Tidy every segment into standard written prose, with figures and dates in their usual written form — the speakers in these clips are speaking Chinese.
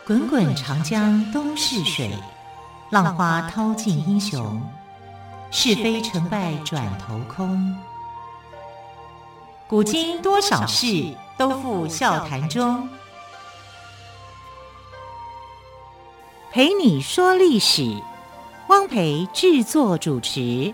滚滚长江东逝水，浪花淘尽英雄。是非成败转头空。古今多少事，都付笑谈中。陪你说历史，汪培制作主持。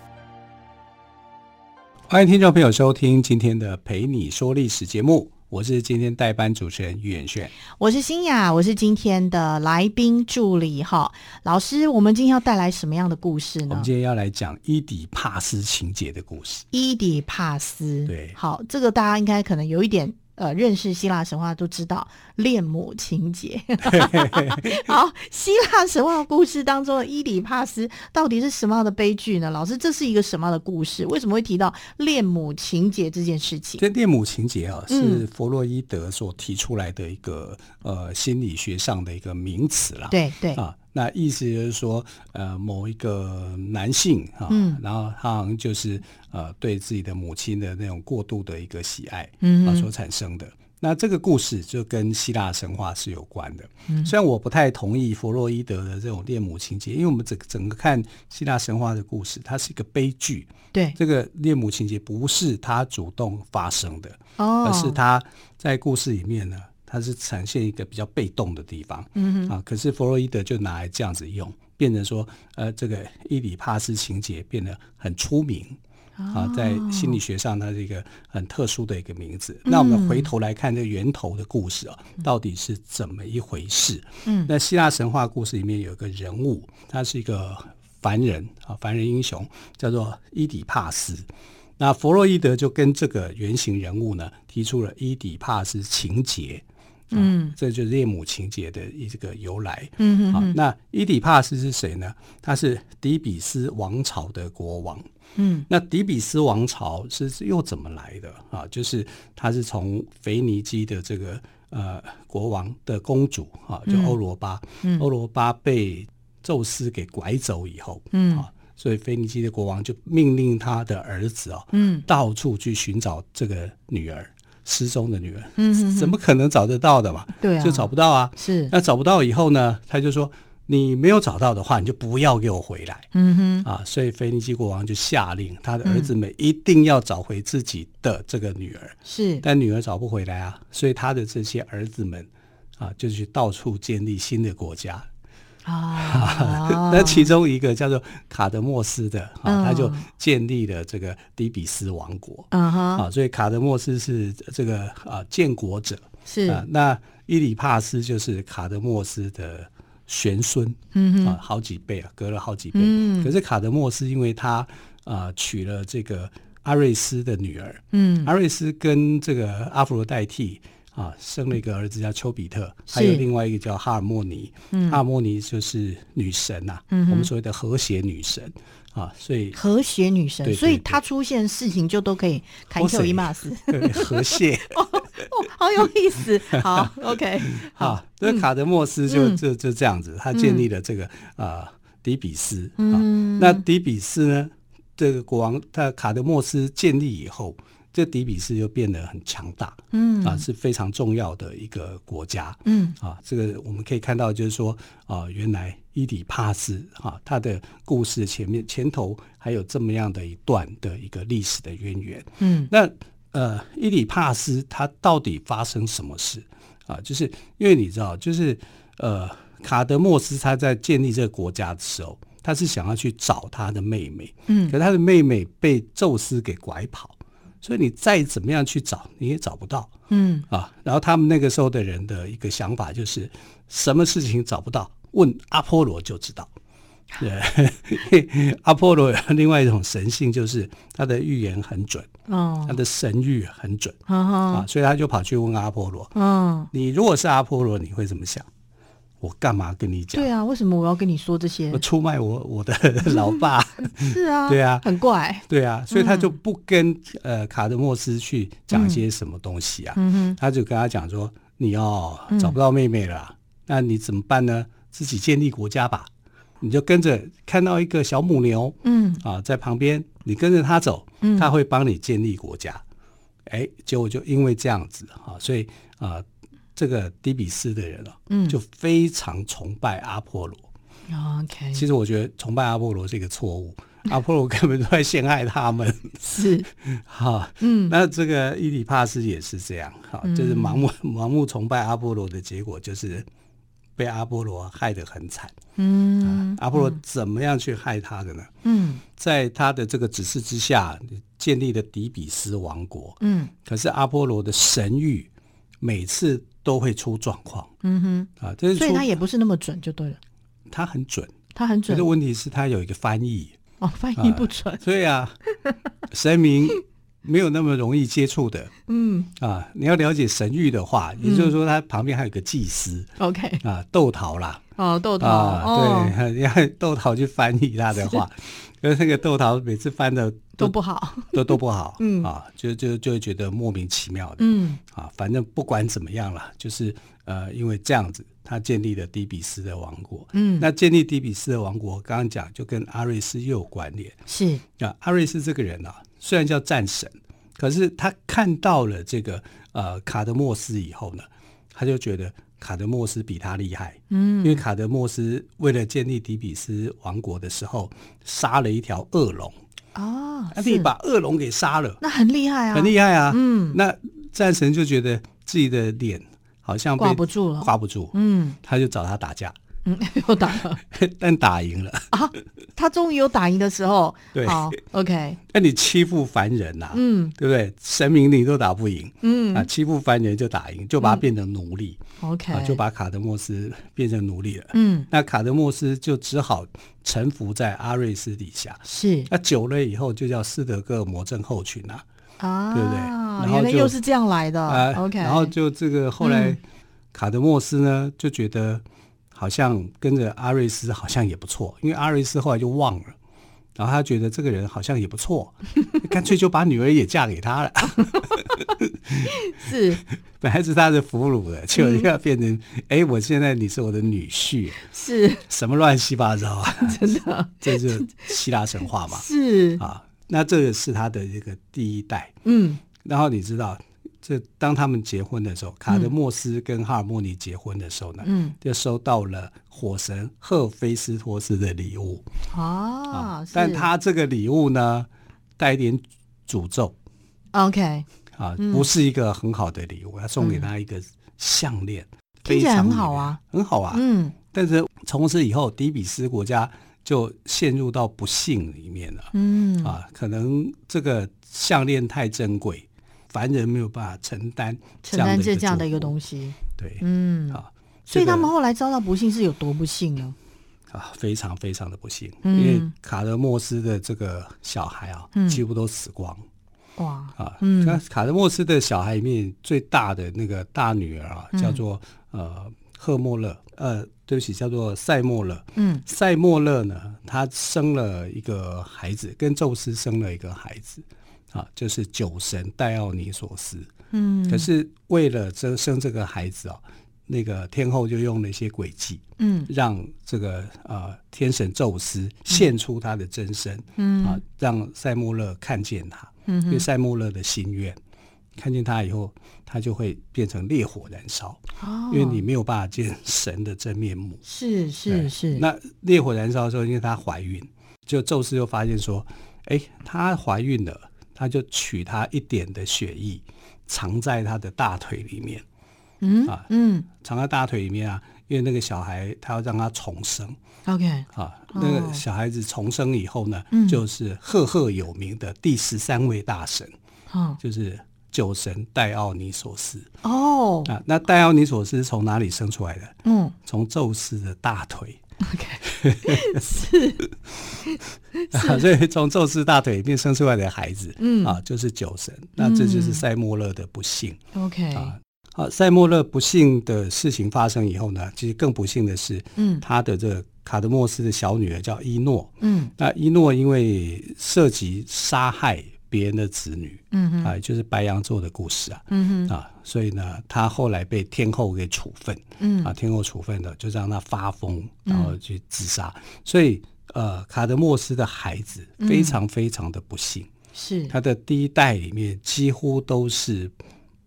欢迎听众朋友收听今天的陪你说历史节目，我是今天代班主持人于远炫， 我是欣雅，我是今天的来宾助理哈。老师，我们今天要带来什么样的故事呢？ 我们今天要来讲伊底帕斯情节的故事。 伊底帕斯， 对， 好，这个大家应该可能有一点认识希腊神话都知道恋母情节。好，希腊神话故事当中的伊底帕斯到底是什么样的悲剧呢？老师，这是一个什么样的故事？为什么会提到恋母情节这件事情？ 这恋母情节是弗洛伊德所提出来的一个心理学上的一个名词啦。 对对啊。 那意思就是说，某一个男性然后他好像就是对自己的母亲的那种过度的一个喜爱所产生的。那这个故事就跟希腊神话是有关的。虽然我不太同意弗洛伊德的这种恋母情节，因为我们整个看希腊神话的故事，它是一个悲剧。 对， 这个恋母情节不是他主动发生的，而是他在故事里面呢。它是呈现一个比较被动的地方，可是弗洛伊德就拿来这样子用，变成说，这个伊底帕斯情节变得很出名，在心理学上它是一个很特殊的一个名字。那我们回头来看这个源头的故事到底是怎么一回事？那希腊神话故事里面有一个人物，他是一个凡人英雄，叫做伊底帕斯。那弗洛伊德就跟这个原型人物呢提出了伊底帕斯情节。这就是恋母情节的这个由来。那伊底帕斯是谁呢？他是底比斯王朝的国王。那底比斯王朝是又怎么来的就是他是从腓尼基的这个国王的公主就欧罗巴，欧罗巴被宙斯给拐走以后，所以腓尼基的国王就命令他的儿子到处去寻找这个女儿。失踪的女儿，怎么可能找得到的嘛？ 对啊， 就找不到啊。 是， 那找不到以后呢，他就说：“你没有找到的话，你就不要给我回来。”所以腓尼基国王就下令，他的儿子们一定要找回自己的这个女儿。 是， 但女儿找不回来啊，所以他的这些儿子们就去到处建立新的国家。那其中一个叫做卡德莫斯的他就建立了这个底比斯王国。所以卡德莫斯是这个建国者。 是那伊底帕斯就是卡德莫斯的玄孙。好几倍隔了好几倍。可是卡德莫斯因为他娶了这个阿瑞斯的女儿。阿瑞斯跟这个阿弗罗代替生了一个儿子叫丘比特，还有另外一个叫哈尔莫尼。哈尔莫尼就是女神我们所谓的和谐女神所以和谐女神， 对， 所以她出现事情就都可以砍球一骂死。 和谐好有意思。好，OK， 好， 这卡德莫斯就这样子，他建立了这个底比斯。那底比斯呢，这个国王他卡德莫斯建立以后，这底比斯就变得很强大。是非常重要的一个国家。这个我们可以看到，就是说原来伊底帕斯他的故事前头还有这么样的一段的一个历史的渊源。那伊底帕斯他到底发生什么事就是因为你知道，就是卡德莫斯他在建立这个国家的时候，他是想要去找他的妹妹。可他的妹妹被宙斯给拐跑。所以你再怎么样去找，你也找不到。然后他们那个时候的人的一个想法就是，什么事情找不到，问阿波罗就知道。对，阿波罗有另外一种神性，就是他的预言很准，他的神谕很准。所以他就跑去问阿波罗。你如果是阿波罗，你会怎么想？我干嘛跟你讲？ 对啊，为什么我要跟你说这些？ 我出卖我的老爸。 是啊， 对啊， 很怪。 对啊，所以他就不跟卡德莫斯去讲些什么东西他就跟他讲说：“你找不到妹妹了那你怎么办呢？自己建立国家吧。你就跟着看到一个小母牛，在旁边，你跟着他走，他会帮你建立国家。结果就因为这样子所以这个底比斯的人就非常崇拜阿波罗。 OK， 其实我觉得崇拜阿波罗是一个错误，阿波罗根本都在陷害他们。 是， 好，那这个伊底帕斯也是这样，好，就是盲目崇拜阿波罗的结果就是被阿波罗害得很惨。阿波罗怎么样去害他的呢？在他的这个指示之下，建立了底比斯王国。可是阿波罗的神谕每次都会出状况。 所以他也不是那么准就对了。 他很准，可他很准。 是问题是他有一个翻译。 翻译不准。 对啊，神明没有那么容易接触的。你要了解神谕的话，也就是说他旁边还有一个祭司。 OK， 窦桃啦。 窦桃， 对，要窦桃去翻译他的话，可是那个窦桃每次翻的都不好， 都不好。就会觉得莫名其妙的。反正不管怎么样啦，就是因为这样子，他建立了底比斯的王国。那建立底比斯的王国，刚刚讲就跟阿瑞斯又有关联。 是阿瑞斯这个人虽然叫战神，可是他看到了这个卡德莫斯以后呢，他就觉得卡德莫斯比他厉害。因为卡德莫斯为了建立底比斯王国的时候，杀了一条恶龙。你把恶龙给杀了， 那很厉害啊， 很厉害啊。那战神就觉得自己的脸好像被挂不住了， 他就找他打架。 又打了， 但打赢了啊！他终于有打赢的时候。 对， 好 ，OK。 那你欺负凡人对不对？神明你都打不赢，欺负凡人就打赢，就把他变成奴隶。 OK， 就把卡德莫斯变成奴隶了。那卡德莫斯就只好臣服在阿瑞斯底下。 是， 那久了以后就叫斯德哥尔摩症候群对不对？然后原来又是这样来的。OK， 然后就这个后来卡德莫斯呢就觉得好像跟着阿瑞斯好像也不错，因为阿瑞斯后来就忘了，然后他觉得这个人好像也不错，干脆就把女儿也嫁给他了。 是， 本来是他的俘虏的，结果要变成我现在你是我的女婿， 是什么乱七八糟啊！ 真的， 这就是希腊神话嘛。 是那这个是他的这个第一代。然后你知道，当他们结婚的时候，卡德莫斯跟哈尔莫尼结婚的时候呢，就收到了火神赫菲斯托斯的礼物。但他这个礼物呢，带一点诅咒。 OK， 不是一个很好的礼物，他送给他一个项链， 听起来很好啊， 很好啊。但是从此以后，底比斯国家就陷入到不幸里面了。可能这个项链太珍贵，凡人没有办法承担这样的一个东西。 对， 所以他们后来遭到不幸是有多不幸呢？ 非常非常的不幸，因为卡德莫斯的这个小孩几乎都死光。卡德莫斯的小孩里面最大的那个大女儿叫做赫莫勒，对不起，叫做塞莫勒。塞莫勒呢，他生了一个孩子，跟宙斯生了一个孩子。就是酒神戴奥尼索斯。可是为了生这个孩子那个天后就用了一些诡计，让这个天神宙斯现出他的真身，让塞莫勒看见他，因为塞莫勒的心愿，看见他以后，他就会变成烈火燃烧，因为你没有办法见神的真面目。 是。 那烈火燃烧的时候，因为她怀孕，就宙斯就发现说，她怀孕了，他就取她一点的血液，藏在她的大腿里面。藏在大腿里面因为那个小孩他要让他重生。 OK， 那个小孩子重生以后呢，就是赫赫有名的第13位大神，就是酒神戴奥尼索斯。那戴奥尼索斯从哪里生出来的？从宙斯的大腿。 OK， 是所以从宙斯大腿里面生出来的孩子，就是酒神。那这就是塞莫勒的不幸。 OK， 塞莫勒不幸的事情发生以后呢，其实更不幸的是，他的这个卡德莫斯的小女儿叫伊诺。那伊诺因为涉及杀害别人的子女，就是白羊座的故事所以呢，他后来被天后给处分，天后处分了，就让他发疯，然后去自杀。所以卡德莫斯的孩子非常非常的不幸， 是他的第一代里面几乎都是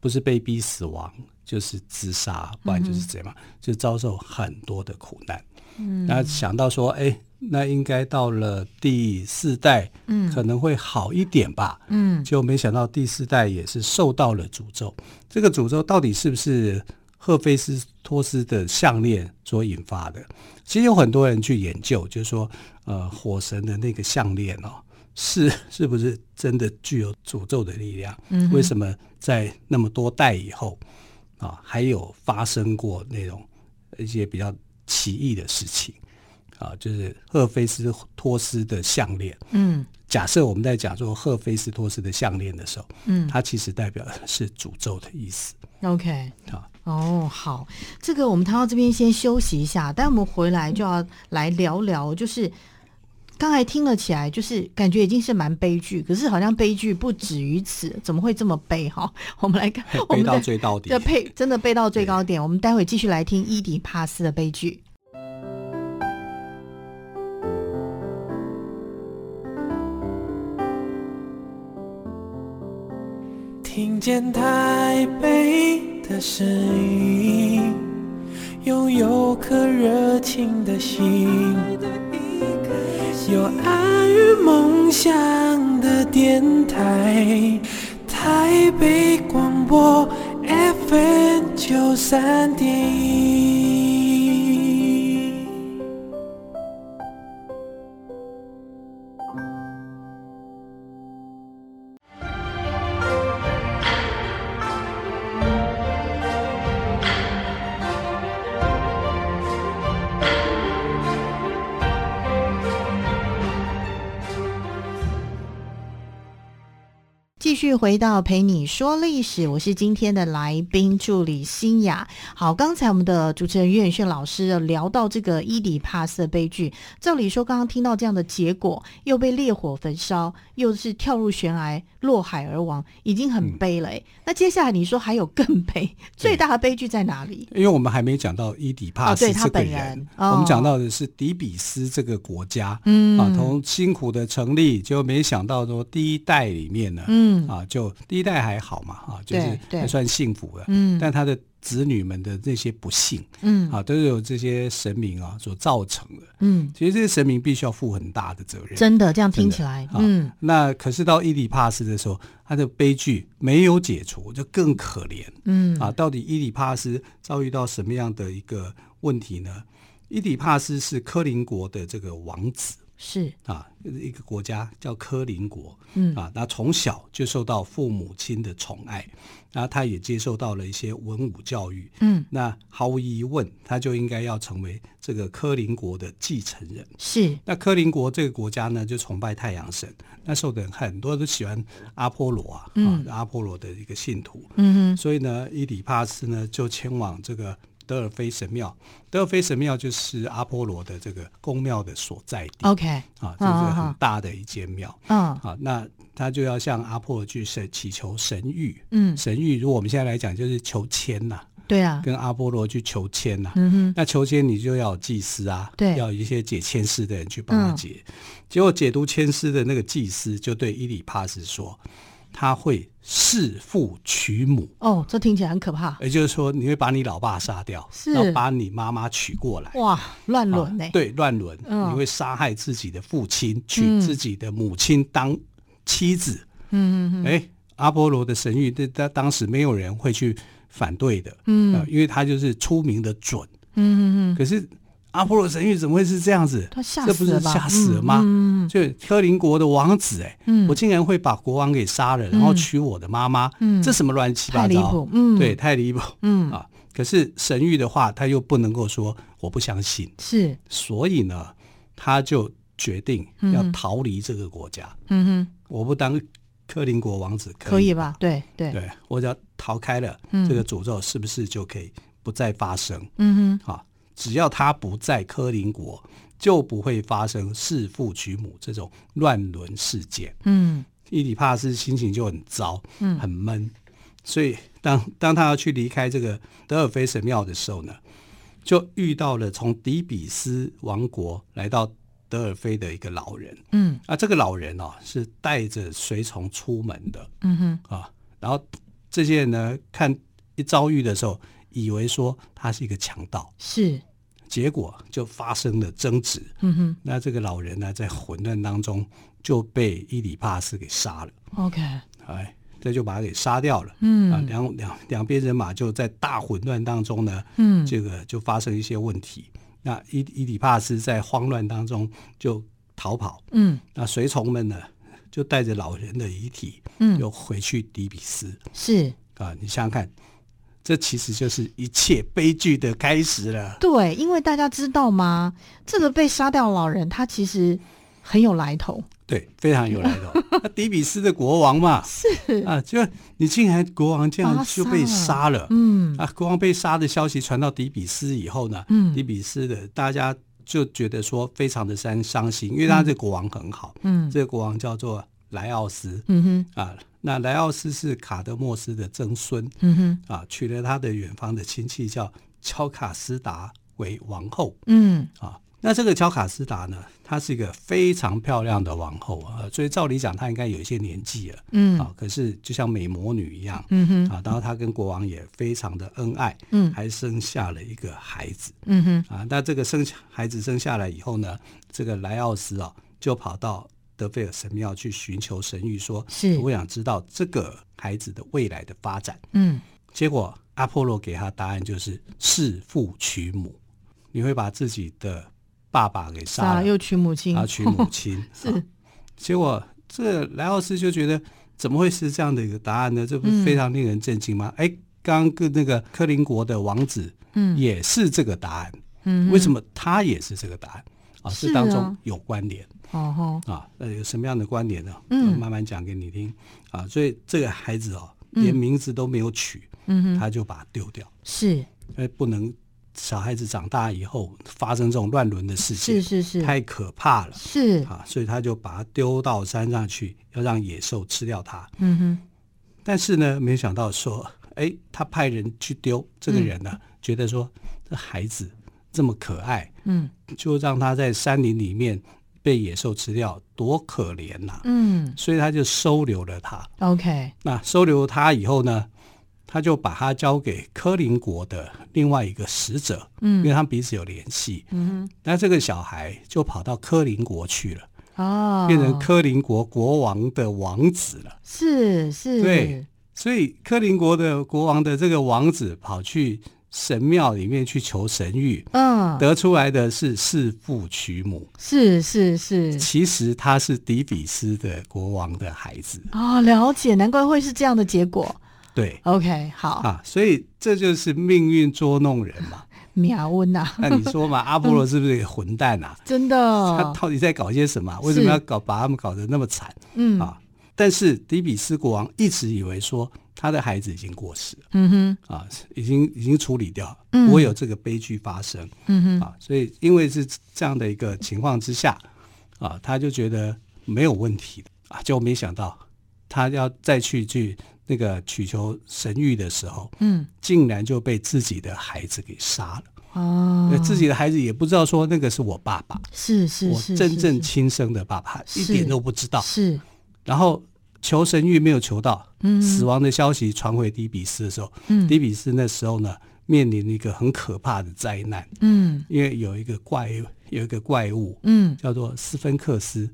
不是被逼死亡，就是自杀，不然就是怎样，就遭受很多的苦难。那想到说，那应该到了第4代，可能会好一点吧。就没想到第4代也是受到了诅咒。这个诅咒到底是不是赫菲斯托斯的项链所引发的？其实有很多人去研究，就是说，火神的那个项链是不是真的具有诅咒的力量？为什么在那么多代以后还有发生过那种一些比较奇异的事情就是赫菲斯托斯的项链。假设我们在讲说赫菲斯托斯的项链的时候，它其实代表的是诅咒的意思。 OK， 好，这个我们谈到这边先休息一下，待我们回来就要来聊聊，就是刚才听了起来就是感觉已经是蛮悲剧，可是好像悲剧不止于此，怎么会这么悲？我们来看， 悲到最高点， 真的悲到最高点。我们待会继续来听伊底帕斯的悲剧。 听见台北的声音，拥有颗热情的心，有爱与梦想的电台，台北广播 FM93.1。 继续回到陪你说历史，我是今天的来宾助理欣雅。好，刚才我们的主持人岳远炫老师聊到这个伊底帕斯的悲剧，照理说刚刚听到这样的结果，又被烈火焚烧，又是跳入悬崖落海而亡，已经很悲了那接下来你说还有更悲，最大的悲剧在哪里？ 因为我们还没讲到伊底帕斯这个人，我们讲到的是底比斯这个国家，从辛苦的成立，就没想到说第一代里面呢，就第一代还好嘛，就是还算幸福了，但他的子女们的那些不幸，都是由这些神明所造成的。其实这些神明必须要负很大的责任。 真的，这样听起来， 那可是到伊底帕斯的时候，他的悲剧没有解除，就更可怜。到底伊底帕斯遭遇到什么样的一个问题呢？伊底帕斯是科林国的这个王子。 是一个国家叫科林国，那从小就受到父母亲的宠爱，然后他也接受到了一些文武教育，那毫无疑问，他就应该要成为这个科林国的继承人。 是， 那科林国这个国家呢，就崇拜太阳神，那时候的人很多都喜欢阿波罗阿波罗的一个信徒，所以呢，伊底帕斯呢就前往这个德尔菲神庙，德尔菲神庙就是阿波罗的这个宫庙的所在地。 OK， 这是很大的一间庙。那他就要向阿波罗去祈求神谕。神谕如果我们现在来讲就是求签呐。 对啊， 跟阿波罗去求签呐。那求签你就要有祭司啊， 对， 要有一些解签师的人去帮他解。结果解读签师的那个祭司就对伊底帕斯说，他会弑父娶母。 这听起来很可怕。 也就是说，你会把你老爸杀掉，然后把你妈妈娶过来。 哇，乱伦呢？ 对，乱伦。你会杀害自己的父亲，娶自己的母亲当妻子。阿波罗的神谕，当时没有人会去反对的。因为他就是出名的准。可是阿波罗神谕怎么会是这样子？ 他吓死了吧？ 这不是吓死了吗？就科林国的王子我竟然会把国王给杀了，然后娶我的妈妈，这什么乱七八糟？太离谱，对，太离谱。可是神谕的话，他又不能够说我不相信， 是， 所以呢，他就决定要逃离这个国家。我不当科林国王子可以吧？ 对， 我只要逃开了，这个诅咒是不是就可以不再发生？只要他不在科林国，就不会发生弑父娶母这种乱伦事件。伊底帕斯心情就很糟，很闷，所以当他要去离开这个德尔菲神庙的时候呢，就遇到了从底比斯王国来到德尔菲的一个老人。这个老人是带着随从出门的。然后这些人呢看一遭遇的时候，以为说他是一个强盗， 是， 结果就发生了争执。那这个老人呢，在混乱当中就被伊里帕斯给杀了。 OK， 这就把他给杀掉了。两边人马就在大混乱当中呢，这个就发生一些问题。那伊里帕斯在慌乱当中就逃跑。那随从们呢，就带着老人的遗体，又回去底比斯。 是你想想看，这其实就是一切悲剧的开始了。 对，因为大家知道吗？这个被杀掉的老人，他其实很有来头。 对，非常有来头。那底比斯的国王嘛， 是就你竟然国王这样就被杀了。国王被杀的消息传到底比斯以后呢，底比斯的大家就觉得说非常的伤心，因为他这国王很好。这个国王叫做莱奥斯。那莱奥斯是卡德莫斯的曾孙。娶了他的远方的亲戚叫乔卡斯达为王后。那这个乔卡斯达呢，她是一个非常漂亮的王后所以照理讲她应该有一些年纪了。可是就像美魔女一样。然后她跟国王也非常的恩爱。还生下了一个孩子。那这个孩子生下来以后呢，这个莱奥斯就跑到德菲尔神庙去寻求神谕，说我想知道这个孩子的未来的发展。结果阿波罗给他答案就是弑父娶母，你会把自己的爸爸给杀了， 又娶母亲， 娶母亲。是，结果这个莱奥斯就觉得怎么会是这样的一个答案呢？这不是非常令人震惊吗？刚刚那个科林国的王子也是这个答案。为什么他也是这个答案？这当中有关联。有什么样的关联呢？慢慢讲给你听。所以这个孩子连名字都没有取，他就把他丢掉。是，不能小孩子长大以后发生这种乱伦的事情，是太可怕了。是所以他就把他丢到山上去，要让野兽吃掉他。但是呢，没想到说，他派人去丢这个人呢，觉得说这孩子这么可爱，就让他在山林里面被野兽吃掉，多可怜呐！所以他就收留了他。OK， 那收留他以后呢，他就把他交给科林国的另外一个使者，因为他们彼此有联系。那这个小孩就跑到科林国去了，变成科林国国王的王子了。是，对，所以科林国的国王的这个王子跑去神庙里面去求神谕，得出来的是弑父娶母。是，其实他是底比斯的国王的孩子。 了解，难怪会是这样的结果。 对 ，OK， 好所以这就是命运捉弄人嘛。 妙温呐， 那你说嘛，阿波罗是不是一个混蛋啊？ 真的， 他到底在搞些什么？为什么要把他们搞得那么惨？但是底比斯国王一直以为说他的孩子已经过世了，已经处理掉了，不会有这个悲剧发生。所以因为是这样的一个情况之下，他就觉得没有问题的就没想到他要再去那个祈求神谕的时候，竟然就被自己的孩子给杀了。自己的孩子也不知道说那个是我爸爸，是我真正亲生的爸爸，一点都不知道。是，然后求神谕没有求到，死亡的消息传回底比斯的时候，底比斯那时候呢面临一个很可怕的灾难。因为有一个怪物，叫做斯芬克斯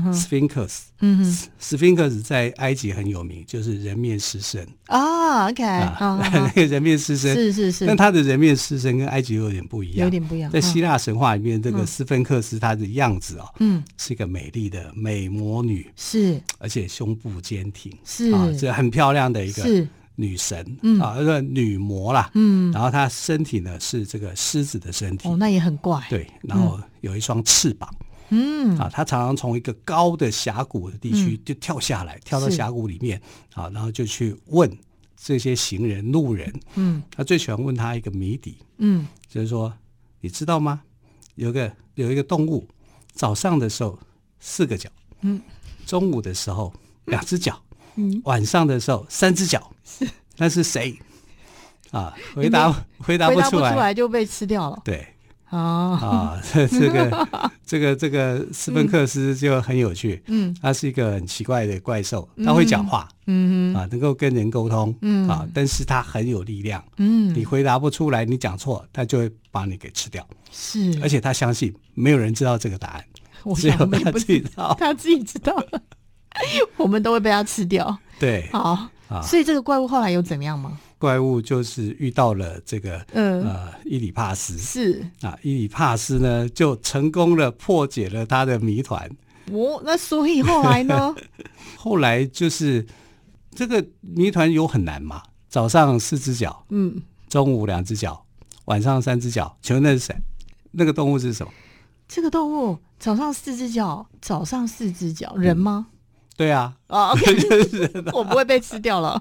Sphinx。Sphinx 在埃及很有名，就是人面狮身。OK， 那个人面狮身是，但他的人面狮身跟埃及有点不一样，在希腊神话里面，这个斯芬克斯她的样子是一个美丽的美魔女，是，而且胸部坚挺，是这很漂亮的一个女神女魔啦。然后她身体呢是这个狮子的身体，那也很怪。对，然后有一双翅膀。她常常从一个高的峡谷的地区就跳下来，跳到峡谷里面然后就去问这些行人路人。她最喜欢问他一个谜底，就是说你知道吗？有一个动物，早上的时候4个脚，中午的时候2只脚，晚上的时候3只脚，那是谁？回答不出来就被吃掉了。对， 这个斯芬克斯就很有趣，他是一个很奇怪的怪兽，他会讲话，能够跟人沟通，但是他很有力量，你回答不出来，你讲错，他就会把你给吃掉， 是， 而且他相信没有人知道这个答案， 只有他自己知道，他自己知道了，我们都会被他吃掉。 对， 好，所以这个怪物后来有怎么样吗？ 怪物就是遇到了这个伊里帕斯， 是伊里帕斯呢就成功的破解了他的谜团。 那所以后来呢？ 后来就是这个谜团有很难嘛？早上4只脚，中午2只脚，晚上3只脚，请问那是谁？那个动物是什么？ 这个动物早上4只脚，早上4只脚，人吗？ 对啊 ，OK， 就是人我不会被吃掉了。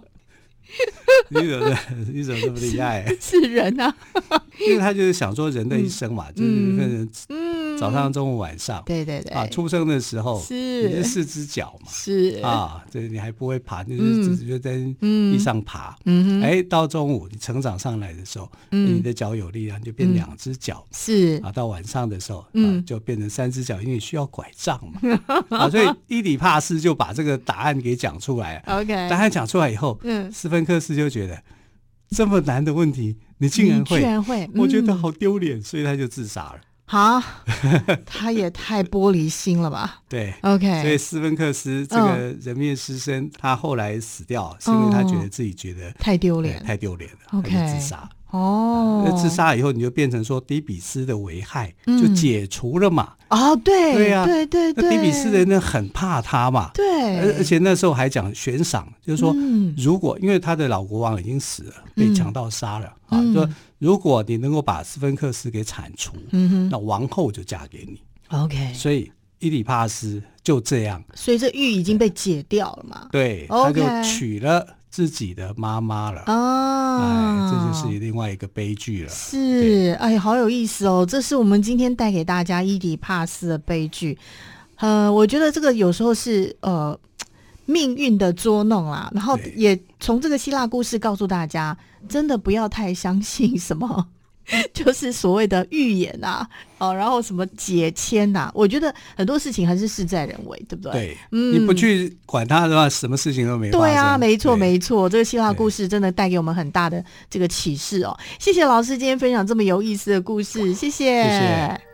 你怎么这么厉害？ 是人啊， 因为他就是想说人的一生嘛，就是分成早上、中午、晚上。对对对，出生的时候你是4只脚嘛， 是这你还不会爬，就是只是在地上爬。到中午你成长上来的时候，你的脚有力量，就变2只脚。 是到晚上的时候，就变成3只脚，因为需要拐杖嘛。所以伊底帕斯就把这个答案给讲出来。 OK， 答案讲出来以后，斯芬克斯就觉得这么难的问题你竟然会，我觉得好丢脸，所以他就自杀了。 他也太玻璃心了吧？ 对 ，OK， 所以斯芬克斯这个人面狮身，他后来死掉，是因为他觉得自己觉得太丢脸了， 他就自杀。自杀以后你就变成说底比斯的危害就解除了嘛。 对啊， 对， 那底比斯的人很怕他嘛。 对， 而且那时候还讲悬赏，就是说如果因为他的老国王已经死了，被强盗杀了说如果你能够把斯芬克斯给铲除，那王后就嫁给你。 OK， 所以伊底帕斯就这样， 所以这狱已经被解掉了嘛。 对，他就娶了自己的妈妈了。这就是另外一个悲剧了。 是，好有意思哦！这是我们今天带给大家伊底帕斯的悲剧。我觉得这个有时候是命运的捉弄啦，然后也从这个希腊故事告诉大家，真的不要太相信什么就是所谓的预言啊，然后什么解签啊，我觉得很多事情还是事在人为，对不对？ 对，你不去管它的话，什么事情都没发生。 对啊，没错没错，这个希腊故事真的带给我们很大的这个启示哦。谢谢老师今天分享这么有意思的故事，谢谢。